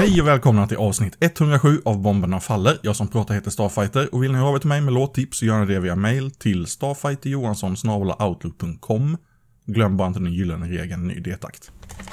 Hej och välkomna till avsnitt 107 av Bomberna faller. Jag som pratar heter Starfighter och vill ni höra till mig med låttips så gör ni det via mail till starfighterjohansson@outlook.com. Glöm bara inte den gyllene regeln ny detakt.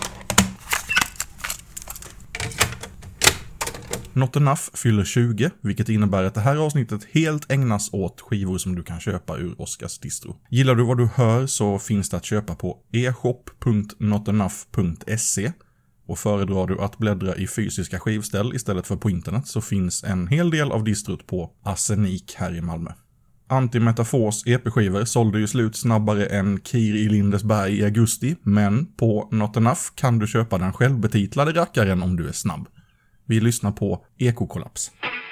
Not Enough fyller 20, vilket innebär att det här avsnittet helt ägnas åt skivor som du kan köpa ur Oscars distro. Gillar du vad du hör så finns det att köpa på eshop.notenough.se. Och föredrar du att bläddra i fysiska skivställ istället för på internet så finns en hel del av distrot på Arsenik här i Malmö. Antimetafors EP-skivor sålde ju slut snabbare än Kir i Lindesberg i augusti, men på Not Enough kan du köpa den självbetitlade rackaren om du är snabb. Vi lyssnar på Ekokollaps.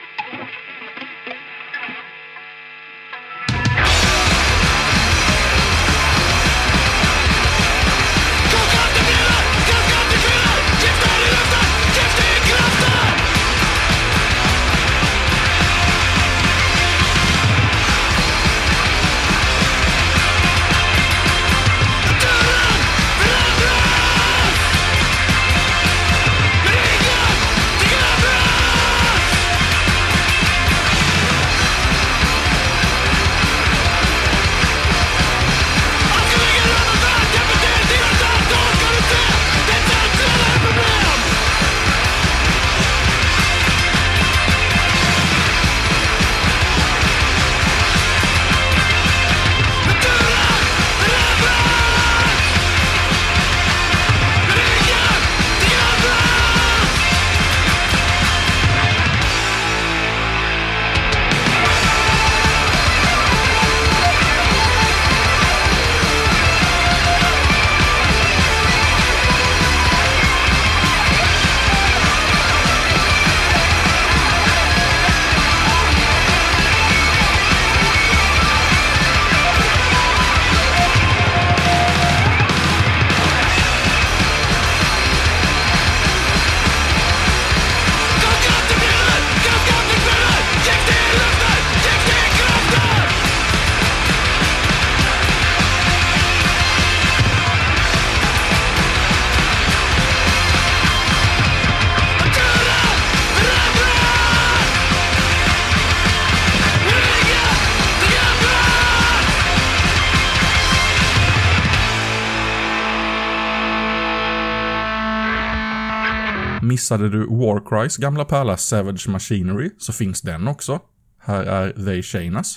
Missade du Warcrys gamla pärla Savage Machinery så finns den också. Här är They Chain Us.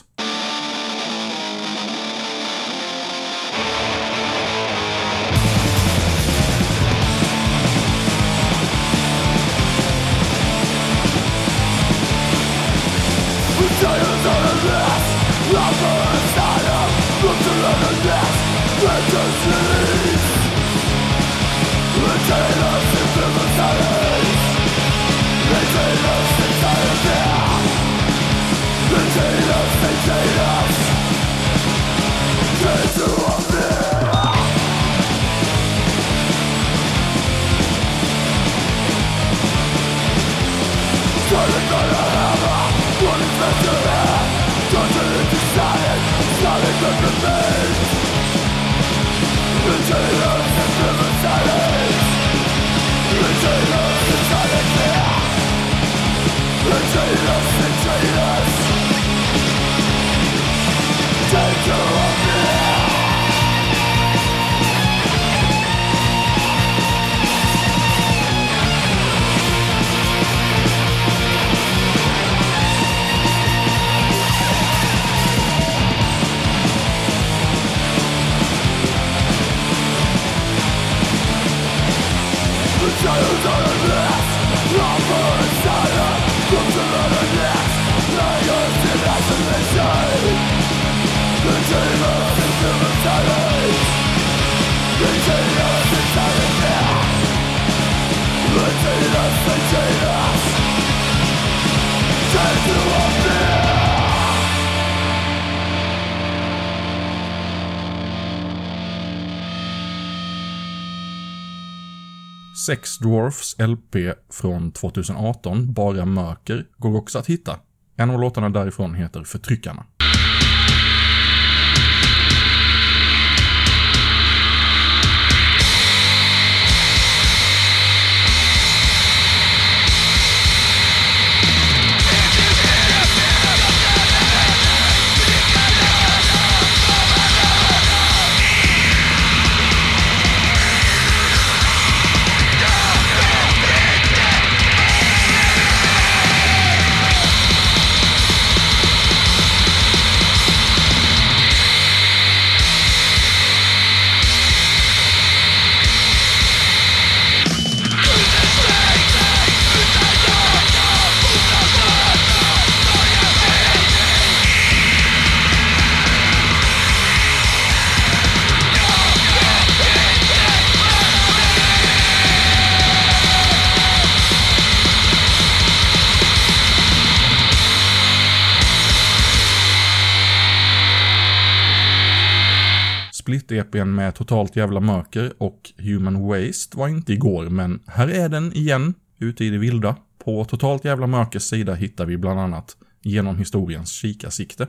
Sex Dwarfs LP från 2018, Bara mörker, går också att hitta. En av låtarna därifrån heter Förtryckarna. EPn med Totalt jävla mörker och Human Waste var inte igår, men här är den igen, ute i det vilda. På Totalt jävla mörkers sida hittar vi bland annat Genom historiens kikarsikte.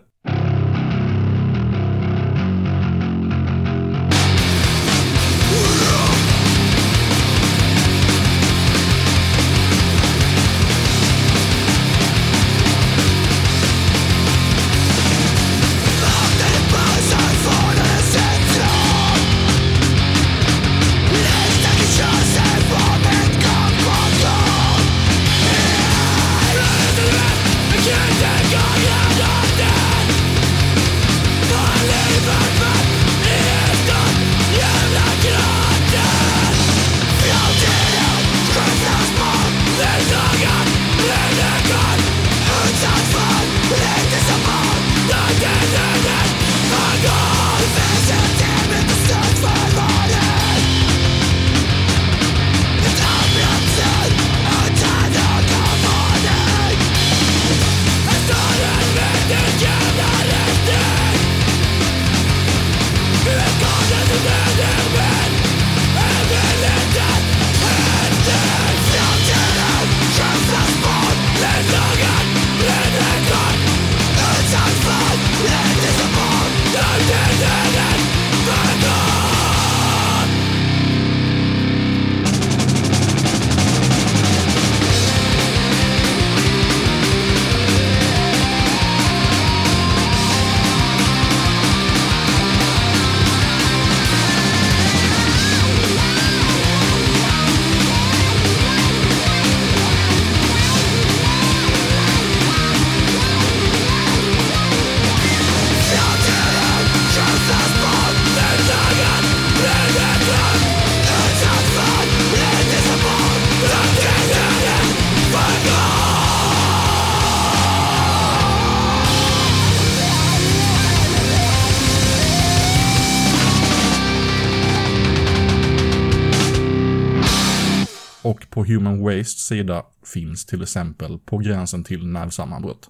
Och på Human Waste sida finns till exempel På gränsen till nervsammanbrott.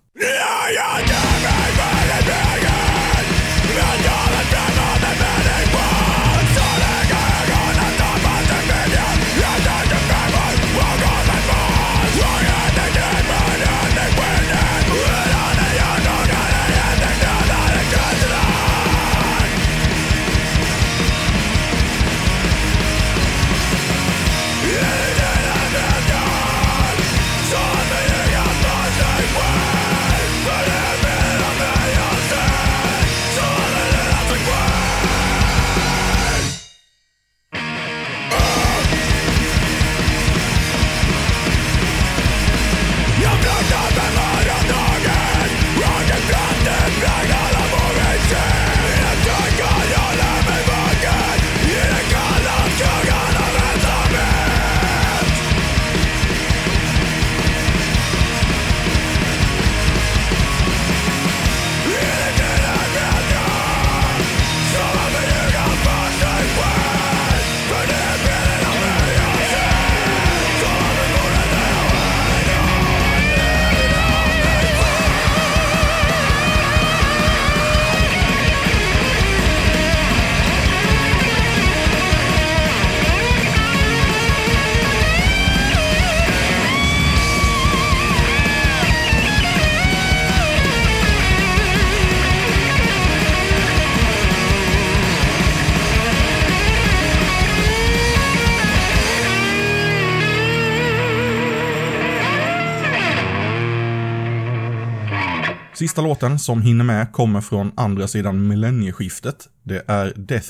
Sista låten som hinner med kommer från andra sidan millennieskiftet. Det är Death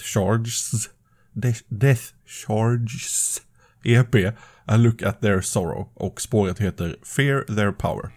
Charges EP A Look at Their Sorrow och spåret heter Fear Their Power.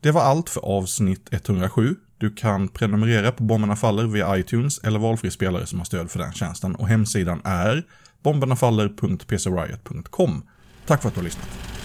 Det var allt för avsnitt 107. Du kan prenumerera på Bomberna Faller via iTunes eller valfri spelare som har stöd för den tjänsten, och hemsidan är bombernafaller.pcriot.com. Tack för att du har lyssnat.